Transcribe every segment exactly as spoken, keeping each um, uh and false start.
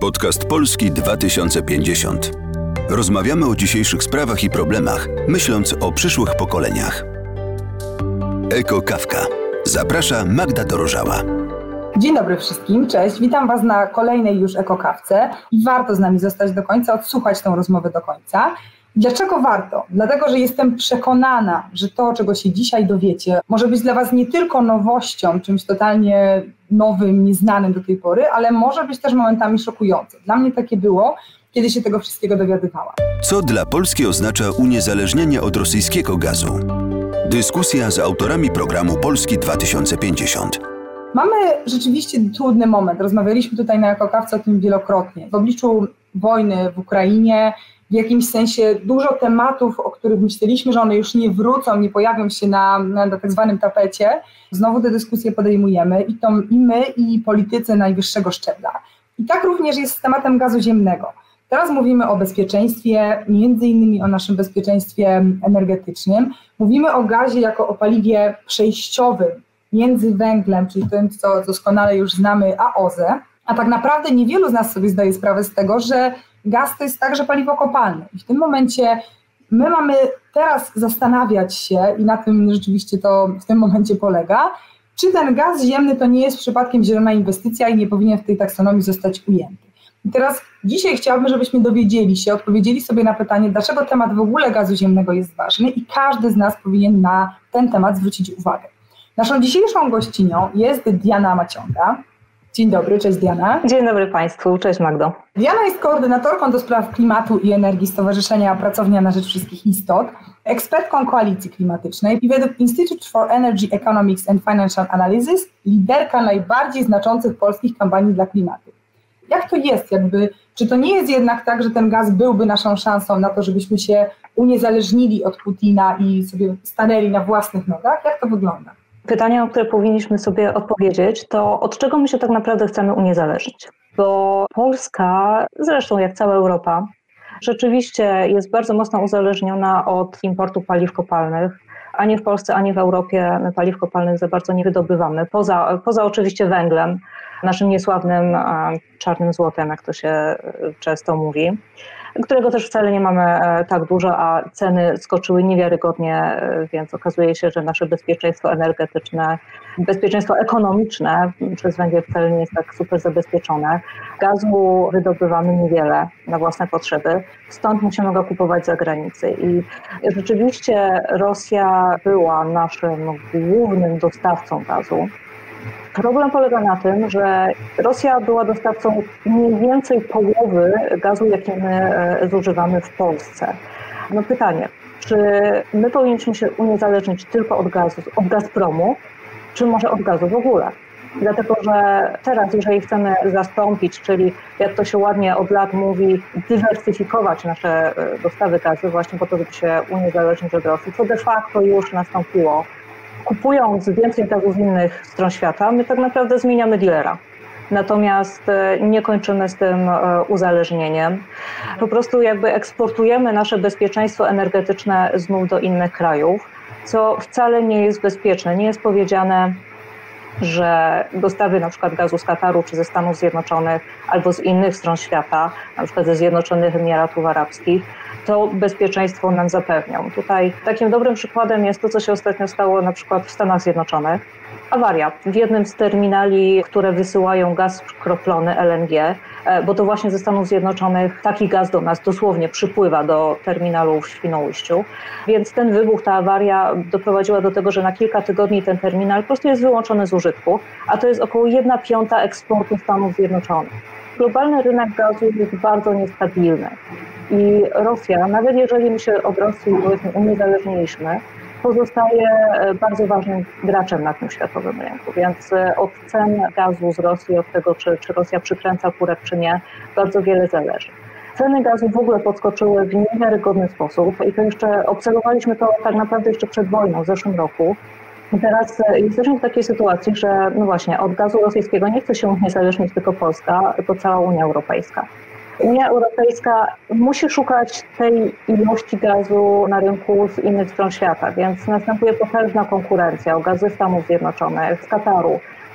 Podcast Polski dwa tysiące pięćdziesiąt. Rozmawiamy o dzisiejszych sprawach i problemach, myśląc o przyszłych pokoleniach. Eko-Kawka. Zaprasza Magda Dorożała. Dzień dobry wszystkim, cześć. Witam Was na kolejnej już Eko-Kawce i warto z nami zostać do końca, odsłuchać tę rozmowę do końca. Dlaczego warto? Dlatego, że jestem przekonana, że to, czego się dzisiaj dowiecie, może być dla Was nie tylko nowością, czymś totalnie nowym, nieznanym do tej pory, ale może być też momentami szokujące. Dla mnie takie było, kiedy się tego wszystkiego dowiadywałam. Co dla Polski oznacza uniezależnienie od rosyjskiego gazu? Dyskusja z autorami programu Polski dwa tysiące pięćdziesiąt. Mamy rzeczywiście trudny moment. Rozmawialiśmy tutaj na Eko-Kawce o tym wielokrotnie. W obliczu wojny w Ukrainie, w jakimś sensie dużo tematów, o których myśleliśmy, że one już nie wrócą, nie pojawią się na, na, na tak zwanym tapecie. Znowu te dyskusje podejmujemy i to i my, i politycy najwyższego szczebla. I tak również jest z tematem gazu ziemnego. Teraz mówimy o bezpieczeństwie, między innymi o naszym bezpieczeństwie energetycznym. Mówimy o gazie jako o paliwie przejściowym między węglem, czyli tym, co doskonale już znamy, a O Z E. A tak naprawdę niewielu z nas sobie zdaje sprawę z tego, że gaz to jest także paliwo kopalne. I w tym momencie my mamy teraz zastanawiać się, i na tym rzeczywiście to w tym momencie polega, czy ten gaz ziemny to nie jest przypadkiem zielona inwestycja i nie powinien w tej taksonomii zostać ujęty. I teraz dzisiaj chciałabym, żebyśmy dowiedzieli się, odpowiedzieli sobie na pytanie, dlaczego temat w ogóle gazu ziemnego jest ważny i każdy z nas powinien na ten temat zwrócić uwagę. Naszą dzisiejszą gościnią jest Diana Macionga. Dzień dobry, cześć Diana. Dzień dobry Państwu, cześć Magdo. Diana jest koordynatorką do spraw klimatu i energii Stowarzyszenia Pracownia na Rzecz Wszystkich Istot, ekspertką Koalicji Klimatycznej i według Institute for Energy Economics and Financial Analysis liderka najbardziej znaczących polskich kampanii dla klimatu. Jak to jest? Jakby, czy to nie jest jednak tak, że ten gaz byłby naszą szansą na to, żebyśmy się uniezależnili od Putina i sobie stanęli na własnych nogach? Jak to wygląda? Pytanie, na które powinniśmy sobie odpowiedzieć, to od czego my się tak naprawdę chcemy uniezależnić? Bo Polska, zresztą jak cała Europa, rzeczywiście jest bardzo mocno uzależniona od importu paliw kopalnych. Ani w Polsce, ani w Europie my paliw kopalnych za bardzo nie wydobywamy, poza, poza oczywiście węglem, naszym niesławnym czarnym złotem, jak to się często mówi, którego też wcale nie mamy tak dużo, a ceny skoczyły niewiarygodnie, więc okazuje się, że nasze bezpieczeństwo energetyczne, bezpieczeństwo ekonomiczne przez węgiel wcale nie jest tak super zabezpieczone. Gazu wydobywamy niewiele na własne potrzeby, stąd musimy go kupować za granicę. I rzeczywiście Rosja była naszym głównym dostawcą gazu. Problem polega na tym, że Rosja była dostawcą mniej więcej połowy gazu, jaki my zużywamy w Polsce. No pytanie, czy my powinniśmy się uniezależnić tylko od gazu, od Gazpromu, czy może od gazu w ogóle? Dlatego, że teraz, jeżeli chcemy zastąpić, czyli jak to się ładnie od lat mówi, dywersyfikować nasze dostawy gazu właśnie po to, żeby się uniezależnić od Rosji, co de facto już nastąpiło. Kupując więcej gazu z innych stron świata, my tak naprawdę zmieniamy dealera. Natomiast nie kończymy z tym uzależnieniem. Po prostu jakby eksportujemy nasze bezpieczeństwo energetyczne znów do innych krajów, co wcale nie jest bezpieczne. Nie jest powiedziane, że dostawy na przykład gazu z Kataru czy ze Stanów Zjednoczonych albo z innych stron świata, na przykład ze Zjednoczonych Emiratów Arabskich, to bezpieczeństwo nam zapewnią. Tutaj takim dobrym przykładem jest to, co się ostatnio stało na przykład w Stanach Zjednoczonych. Awaria w jednym z terminali, które wysyłają gaz skroplony L N G, bo to właśnie ze Stanów Zjednoczonych taki gaz do nas dosłownie przypływa do terminalu w Świnoujściu. Więc ten wybuch, ta awaria doprowadziła do tego, że na kilka tygodni ten terminal po prostu jest wyłączony z użytku, a to jest około jedna piąta eksportu Stanów Zjednoczonych. Globalny rynek gazu jest bardzo niestabilny i Rosja, nawet jeżeli my się od Rosji powiedzmy uniezależniliśmy, pozostaje bardzo ważnym graczem na tym światowym rynku, więc od cen gazu z Rosji, od tego, czy, czy Rosja przykręca kurek, czy nie, bardzo wiele zależy. Ceny gazu w ogóle podskoczyły w niewiarygodny sposób i to jeszcze obserwowaliśmy to tak naprawdę jeszcze przed wojną w zeszłym roku. I teraz jesteśmy w takiej sytuacji, że no właśnie od gazu rosyjskiego nie chce się uniezależnić tylko Polska, tylko cała Unia Europejska. Unia Europejska musi szukać tej ilości gazu na rynku z innych stron świata, więc następuje potężna konkurencja o gaz ze Stanów Zjednoczonych, z Kataru.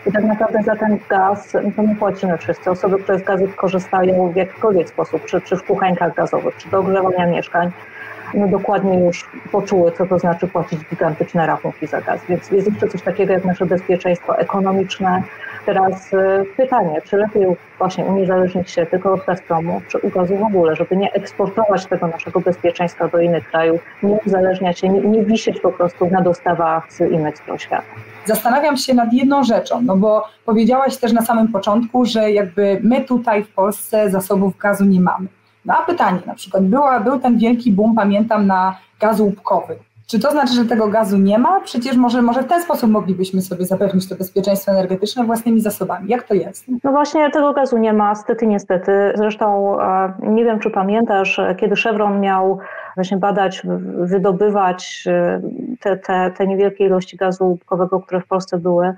I tak naprawdę za ten gaz to my płacimy wszyscy. Osoby, które z gazu korzystają w jakikolwiek sposób, czy, czy w kuchenkach gazowych, czy do ogrzewania mieszkań, no dokładnie już poczuły, co to znaczy płacić gigantyczne rachunki za gaz. Więc jest jeszcze coś takiego jak nasze bezpieczeństwo ekonomiczne. Teraz pytanie, czy lepiej właśnie uniezależnić się tylko od Gazpromu, czy u gazu w ogóle, żeby nie eksportować tego naszego bezpieczeństwa do innych krajów, nie uzależniać się, nie, nie wisieć po prostu na dostawach z innych stron świata. Zastanawiam się nad jedną rzeczą, no bo powiedziałaś też na samym początku, że jakby my tutaj w Polsce zasobów gazu nie mamy. No a pytanie na przykład, była, był ten wielki boom, pamiętam, na gaz łupkowy. Czy to znaczy, że tego gazu nie ma? Przecież może, może w ten sposób moglibyśmy sobie zapewnić to bezpieczeństwo energetyczne własnymi zasobami. Jak to jest? No właśnie tego gazu nie ma, stety, niestety. Zresztą nie wiem, czy pamiętasz, kiedy Chevron miał właśnie badać, wydobywać te, te, te niewielkie ilości gazu łupkowego, które w Polsce były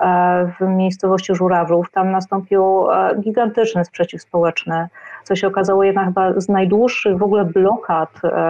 w miejscowości Żurawlów. Tam nastąpił gigantyczny sprzeciw społeczny, co się okazało jednak chyba z najdłuższych w ogóle blokad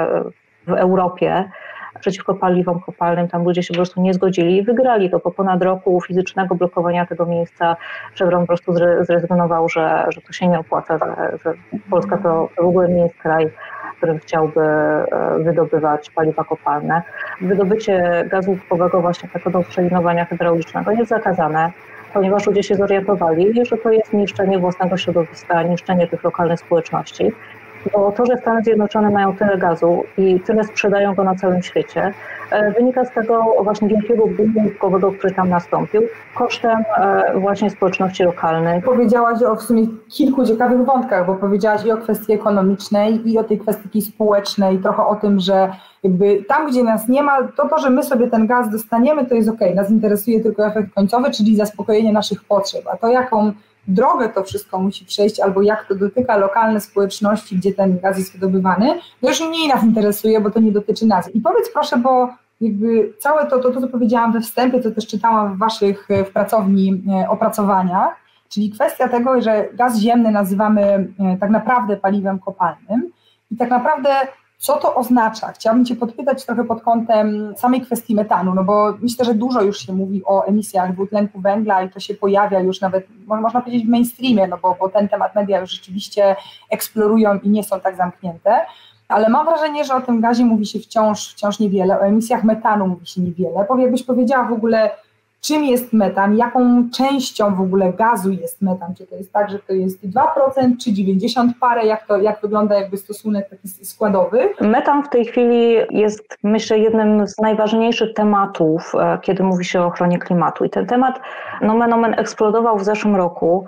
w Europie przeciwko paliwom kopalnym. Tam ludzie się po prostu nie zgodzili i wygrali to. Po ponad roku fizycznego blokowania tego miejsca Chevron po prostu zrezygnował, że, że to się nie opłaca, że, że Polska to w ogóle nie jest kraj, w którym chciałby wydobywać paliwa kopalne. Wydobycie gazu łupkowego właśnie tego do przelinowania hydraulicznego jest zakazane, ponieważ ludzie się zorientowali, że to jest niszczenie własnego środowiska, niszczenie tych lokalnych społeczności. Bo to, że Stany Zjednoczone mają tyle gazu i tyle sprzedają go na całym świecie, wynika z tego właśnie wielkiego boomu łupkowego, który tam nastąpił, kosztem właśnie społeczności lokalnych. Powiedziałaś o w sumie kilku ciekawych wątkach, bo powiedziałaś i o kwestii ekonomicznej, i o tej kwestii społecznej, trochę o tym, że jakby tam, gdzie nas nie ma, to to, że my sobie ten gaz dostaniemy, to jest okej. Okay. Nas interesuje tylko efekt końcowy, czyli zaspokojenie naszych potrzeb, a to jaką drogę to wszystko musi przejść, albo jak to dotyka lokalne społeczności, gdzie ten gaz jest wydobywany, to już mniej nas interesuje, bo to nie dotyczy nas. I powiedz proszę, bo jakby całe to, to, to co powiedziałam we wstępie, co też czytałam w waszych w pracowni opracowaniach, czyli kwestia tego, że gaz ziemny nazywamy tak naprawdę paliwem kopalnym i tak naprawdę co to oznacza? Chciałabym cię podpytać trochę pod kątem samej kwestii metanu, no bo myślę, że dużo już się mówi o emisjach dwutlenku węgla i to się pojawia już nawet, można powiedzieć, w mainstreamie, no bo, bo ten temat media już rzeczywiście eksplorują i nie są tak zamknięte, ale mam wrażenie, że o tym gazie mówi się wciąż, wciąż niewiele, o emisjach metanu mówi się niewiele. Jakbyś powiedziała w ogóle, czym jest metan, jaką częścią w ogóle gazu jest metan, czy to jest tak, że to jest dwa procent, czy dziewięćdziesiąt parę, jak to jak wygląda jakby stosunek taki składowy? Metan w tej chwili jest, myślę, jednym z najważniejszych tematów, kiedy mówi się o ochronie klimatu i ten temat nomen omen eksplodował w zeszłym roku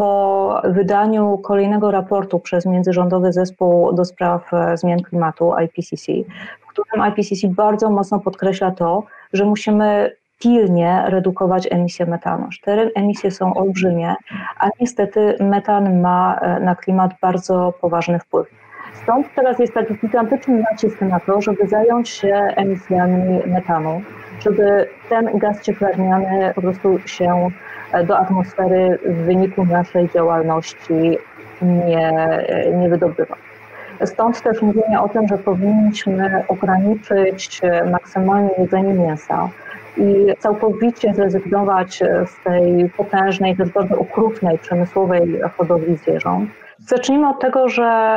po wydaniu kolejnego raportu przez Międzyrządowy Zespół do Spraw Zmian Klimatu I P C C, w którym I P C C bardzo mocno podkreśla to, że musimy pilnie redukować emisję metanu. Te emisje są olbrzymie, a niestety metan ma na klimat bardzo poważny wpływ. Stąd teraz jest taki gigantyczny nacisk na to, żeby zająć się emisjami metanu, żeby ten gaz cieplarniany po prostu się do atmosfery w wyniku naszej działalności nie, nie wydobywał. Stąd też mówienie o tym, że powinniśmy ograniczyć maksymalnie jedzenie mięsa i całkowicie zrezygnować z tej potężnej, też bardzo okrutnej, przemysłowej hodowli zwierząt. Zacznijmy od tego,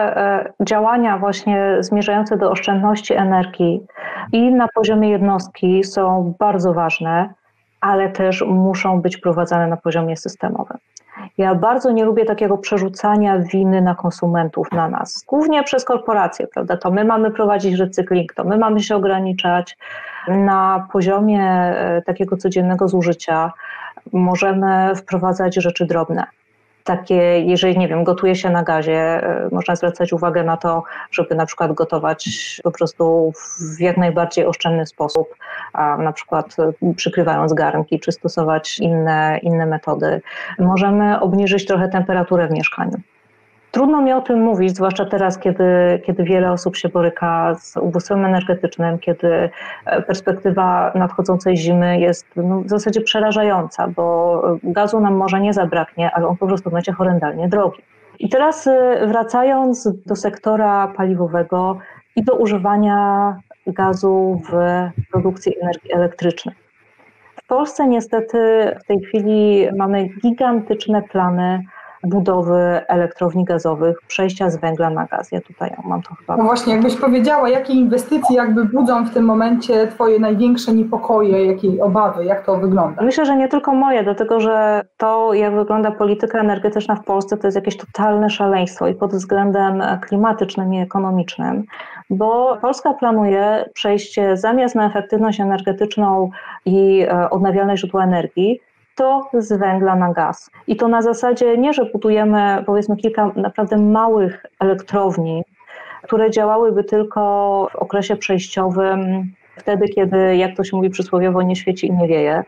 że działania właśnie zmierzające do oszczędności energii i na poziomie jednostki są bardzo ważne, ale też muszą być prowadzone na poziomie systemowym. Ja bardzo nie lubię takiego przerzucania winy na konsumentów, na nas, głównie przez korporacje, prawda? To my mamy prowadzić recykling, to my mamy się ograniczać. Na poziomie takiego codziennego zużycia możemy wprowadzać rzeczy drobne. Takie, jeżeli, nie wiem, gotuje się na gazie, można zwracać uwagę na to, żeby na przykład gotować po prostu w jak najbardziej oszczędny sposób, a na przykład przykrywając garnki, czy stosować inne, inne metody. Możemy obniżyć trochę temperaturę w mieszkaniu. Trudno mi o tym mówić, zwłaszcza teraz, kiedy, kiedy wiele osób się boryka z ubóstwem energetycznym, kiedy perspektywa nadchodzącej zimy jest no, w zasadzie przerażająca, bo gazu nam może nie zabraknie, ale on po prostu będzie horrendalnie drogi. I teraz wracając do sektora paliwowego i do używania gazu w produkcji energii elektrycznej. W Polsce niestety w tej chwili mamy gigantyczne plany budowy elektrowni gazowych, przejścia z węgla na gaz. Ja tutaj mam to chyba... No właśnie, jakbyś powiedziała, jakie inwestycje jakby budzą w tym momencie Twoje największe niepokoje, jakie obawy, jak to wygląda? Myślę, że nie tylko moje, dlatego że to, jak wygląda polityka energetyczna w Polsce, to jest jakieś totalne szaleństwo i pod względem klimatycznym i ekonomicznym, bo Polska planuje przejście zamiast na efektywność energetyczną i odnawialne źródła energii, to z węgla na gaz. I to na zasadzie nie, że budujemy powiedzmy kilka naprawdę małych elektrowni, które działałyby tylko w okresie przejściowym, wtedy kiedy, jak to się mówi przysłowiowo, nie świeci i nie wieje,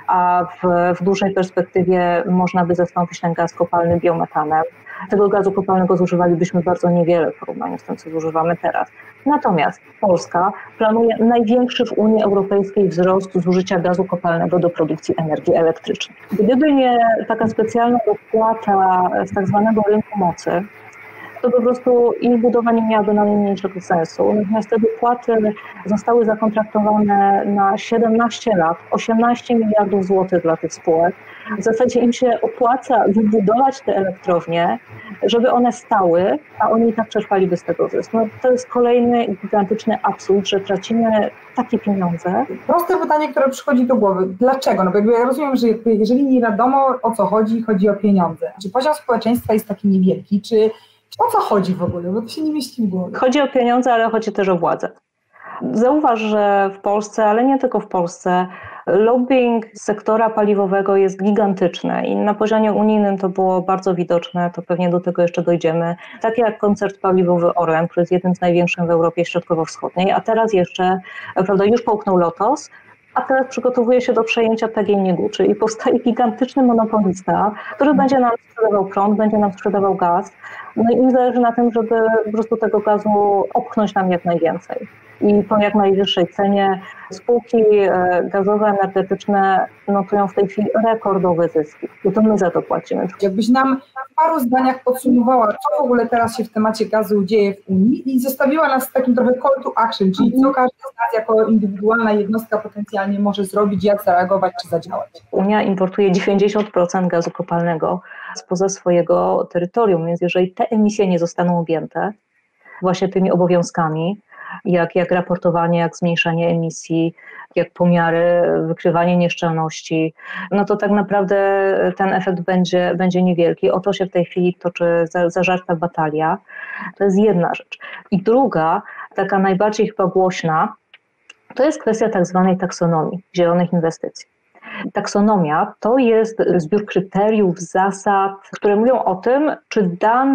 a w, w dłuższej perspektywie można by zastąpić ten gaz kopalny biometanem. Tego gazu kopalnego zużywalibyśmy bardzo niewiele w porównaniu z tym, co zużywamy teraz. Natomiast Polska planuje największy w Unii Europejskiej wzrost zużycia gazu kopalnego do produkcji energii elektrycznej. Gdyby nie taka specjalna opłata z tak zwanego rynku mocy, to po prostu ich budowa nie miałaby najmniejszego sensu. Natomiast te dopłaty zostały zakontraktowane na siedemnaście lat, osiemnaście miliardów złotych dla tych spółek. W zasadzie im się opłaca wybudować te elektrownie, żeby one stały, a oni i tak czerpaliby z tego zysk. No, to jest kolejny gigantyczny absurd, że tracimy takie pieniądze. Proste pytanie, które przychodzi do głowy. Dlaczego? No bo jakby ja rozumiem, że jeżeli nie wiadomo, o co chodzi, chodzi o pieniądze. Czy poziom społeczeństwa jest taki niewielki, czy o co chodzi w ogóle? Bo to się nie mieści w głowie. Chodzi o pieniądze, ale chodzi też o władzę. Zauważ, że w Polsce, ale nie tylko w Polsce, lobbying sektora paliwowego jest gigantyczny i na poziomie unijnym to było bardzo widoczne, to pewnie do tego jeszcze dojdziemy. Takie jak koncern paliwowy Orlen, który jest jednym z największych w Europie Środkowo-Wschodniej, a teraz jeszcze, prawda, już połknął Lotos, a teraz przygotowuje się do przejęcia P G N I G-u, czyli powstaje gigantyczny monopolista, który będzie nam sprzedawał prąd, będzie nam sprzedawał gaz. No i im zależy na tym, żeby po prostu tego gazu opchnąć nam jak najwięcej. I po jak najwyższej cenie spółki gazowe, energetyczne notują w tej chwili rekordowe zyski. I to my za to płacimy. Jakbyś nam w paru zdaniach podsumowała, co w ogóle teraz się w temacie gazu dzieje w Unii i zostawiła nas z takim trochę call to action, czyli co każdy z nas jako indywidualna jednostka potencjalnie może zrobić, jak zareagować czy zadziałać. Unia importuje dziewięćdziesiąt procent gazu kopalnego spoza swojego terytorium, więc jeżeli te emisje nie zostaną objęte właśnie tymi obowiązkami, jak, jak raportowanie, jak zmniejszanie emisji, jak pomiary, wykrywanie nieszczelności, no to tak naprawdę ten efekt będzie, będzie niewielki. O to się w tej chwili toczy zażarta batalia. To jest jedna rzecz. I druga, taka najbardziej chyba głośna, to jest kwestia tak zwanej taksonomii zielonych inwestycji. Taksonomia to jest zbiór kryteriów, zasad, które mówią o tym, czy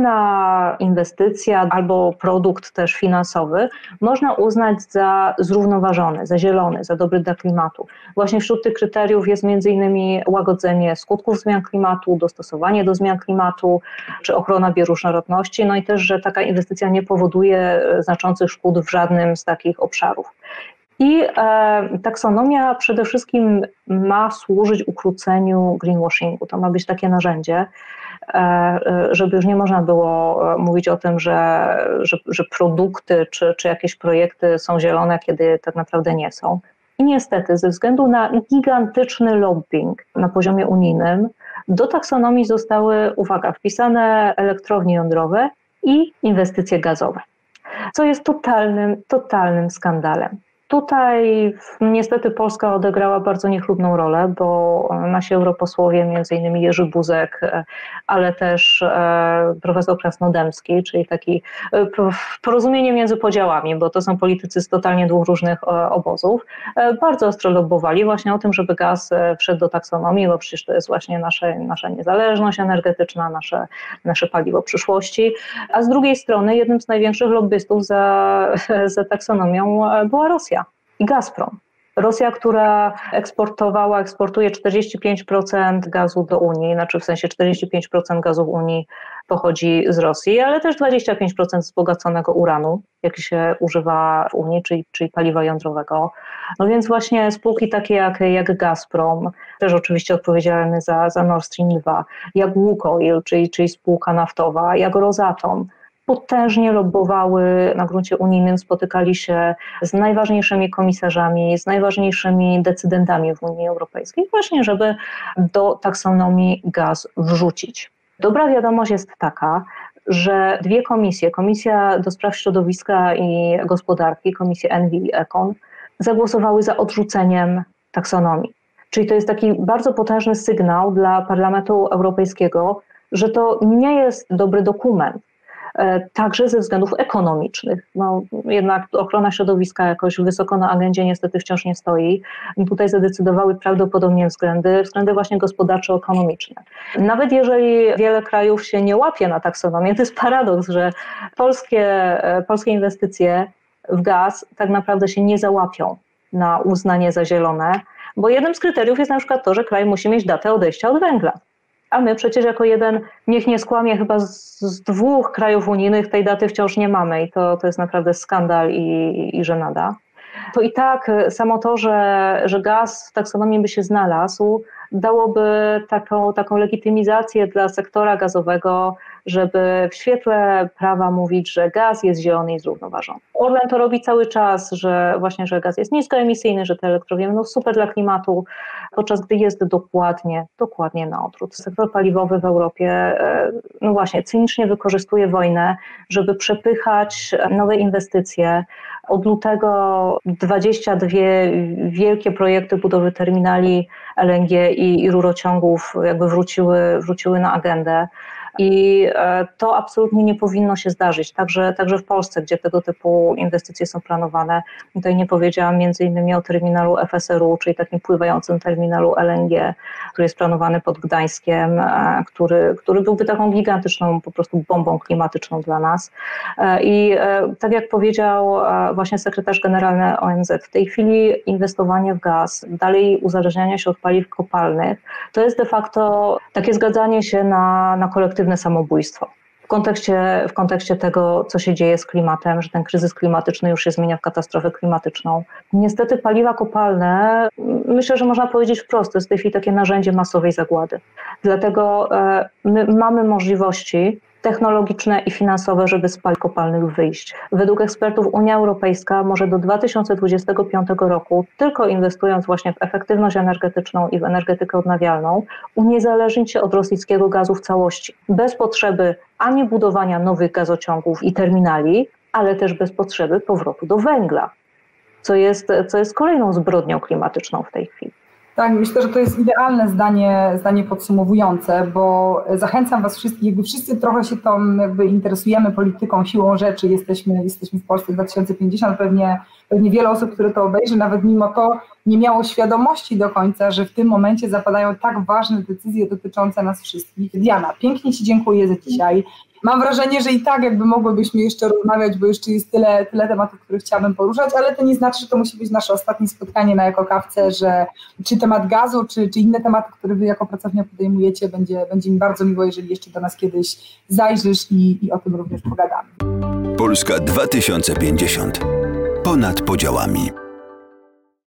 dana inwestycja albo produkt też finansowy można uznać za zrównoważony, za zielony, za dobry dla klimatu. Właśnie wśród tych kryteriów jest między innymi łagodzenie skutków zmian klimatu, dostosowanie do zmian klimatu, czy ochrona bioróżnorodności, no i też, że taka inwestycja nie powoduje znaczących szkód w żadnym z takich obszarów. I e, taksonomia przede wszystkim ma służyć ukróceniu greenwashingu. To ma być takie narzędzie, e, żeby już nie można było mówić o tym, że, że, że produkty czy, czy jakieś projekty są zielone, kiedy tak naprawdę nie są. I niestety ze względu na gigantyczny lobbying na poziomie unijnym do taksonomii zostały, uwaga, wpisane elektrownie jądrowe i inwestycje gazowe, co jest totalnym, totalnym skandalem. Tutaj niestety Polska odegrała bardzo niechlubną rolę, bo nasi europosłowie, między innymi Jerzy Buzek, ale też profesor Krasnodębski, czyli taki porozumienie między podziałami, bo to są politycy z totalnie dwóch różnych obozów, bardzo ostro lobbowali właśnie o tym, żeby gaz wszedł do taksonomii, bo przecież to jest właśnie nasze, nasza niezależność energetyczna, nasze, nasze paliwo przyszłości, a z drugiej strony jednym z największych lobbystów za, za taksonomią była Rosja i Gazprom. Rosja, która eksportowała, eksportuje czterdzieści pięć procent gazu do Unii, znaczy w sensie czterdzieści pięć procent gazu w Unii pochodzi z Rosji, ale też dwadzieścia pięć procent wzbogaconego uranu, jaki się używa w Unii, czyli, czyli paliwa jądrowego. No więc właśnie spółki takie jak, jak Gazprom, też oczywiście odpowiedzialny za, za Nord Stream dwa, jak Łukoil, czyli, czyli spółka naftowa, jak Rosatom, potężnie lobbowały na gruncie unijnym, spotykali się z najważniejszymi komisarzami, z najważniejszymi decydentami w Unii Europejskiej, właśnie żeby do taksonomii gaz wrzucić. Dobra wiadomość jest taka, że dwie komisje, Komisja do Spraw Środowiska i Gospodarki, Komisje ENVI i ECON, zagłosowały za odrzuceniem taksonomii. Czyli to jest taki bardzo potężny sygnał dla Parlamentu Europejskiego, że to nie jest dobry dokument, także ze względów ekonomicznych. No, jednak ochrona środowiska jakoś wysoko na agendzie niestety wciąż nie stoi. Tutaj zadecydowały prawdopodobnie względy, względy właśnie gospodarczo-ekonomiczne. Nawet jeżeli wiele krajów się nie łapie na taksonomię, to jest paradoks, że polskie, polskie inwestycje w gaz tak naprawdę się nie załapią na uznanie za zielone, bo jednym z kryteriów jest na przykład to, że kraj musi mieć datę odejścia od węgla. A my przecież jako jeden, niech nie skłamie, chyba z, z dwóch krajów unijnych tej daty wciąż nie mamy i to, to jest naprawdę skandal i, i żenada. To i tak samo to, że, że gaz w taksonomii by się znalazł, dałoby taką, taką legitymizację dla sektora gazowego, żeby w świetle prawa mówić, że gaz jest zielony i zrównoważony. Orlen to robi cały czas, że właśnie, że gaz jest niskoemisyjny, że te elektrownie będą super dla klimatu, podczas gdy jest dokładnie, dokładnie na odwrót. Sektor paliwowy w Europie, no właśnie, cynicznie wykorzystuje wojnę, żeby przepychać nowe inwestycje. Od lutego dwadzieścia dwie wielkie projekty budowy terminali L N G i, i rurociągów jakby wróciły, wróciły na agendę. I to absolutnie nie powinno się zdarzyć, także, także w Polsce, gdzie tego typu inwestycje są planowane. Tutaj nie powiedziałam między innymi o terminalu F S R U, czyli takim pływającym terminalu L N G, który jest planowany pod Gdańskiem, który, który byłby taką gigantyczną po prostu bombą klimatyczną dla nas. I tak jak powiedział właśnie sekretarz generalny O N Z, w tej chwili inwestowanie w gaz, dalej uzależnianie się od paliw kopalnych, to jest de facto takie zgadzanie się na, na kolektywne samobójstwo. W kontekście, w kontekście tego, co się dzieje z klimatem, że ten kryzys klimatyczny już się zmienia w katastrofę klimatyczną. Niestety paliwa kopalne, myślę, że można powiedzieć wprost, to jest w tej chwili takie narzędzie masowej zagłady. Dlatego my mamy możliwości technologiczne i finansowe, żeby z paliw kopalnych wyjść. Według ekspertów Unia Europejska może do dwa tysiące dwudziestego piątego roku, tylko inwestując właśnie w efektywność energetyczną i w energetykę odnawialną, uniezależnić się od rosyjskiego gazu w całości. Bez potrzeby ani budowania nowych gazociągów i terminali, ale też bez potrzeby powrotu do węgla, co jest, co jest kolejną zbrodnią klimatyczną w tej chwili. Tak, myślę, że to jest idealne zdanie, zdanie podsumowujące, bo zachęcam Was wszystkich, jakby wszyscy trochę się tą jakby interesujemy polityką, siłą rzeczy, jesteśmy, jesteśmy w Polsce dwa tysiące pięćdziesiąt, pewnie, pewnie wiele osób, które to obejrzy, nawet mimo to nie miało świadomości do końca, że w tym momencie zapadają tak ważne decyzje dotyczące nas wszystkich. Diana, pięknie Ci dziękuję za dzisiaj. Mam wrażenie, że i tak jakby mogłybyśmy jeszcze rozmawiać, bo jeszcze jest tyle, tyle tematów, które chciałabym poruszać, ale to nie znaczy, że to musi być nasze ostatnie spotkanie na Ekokawce, że czy temat gazu, czy, czy inne tematy, które Wy jako pracownia podejmujecie, będzie, będzie mi bardzo miło, jeżeli jeszcze do nas kiedyś zajrzysz i, i o tym również pogadamy. Polska dwa tysiące pięćdziesiąt. Ponad podziałami.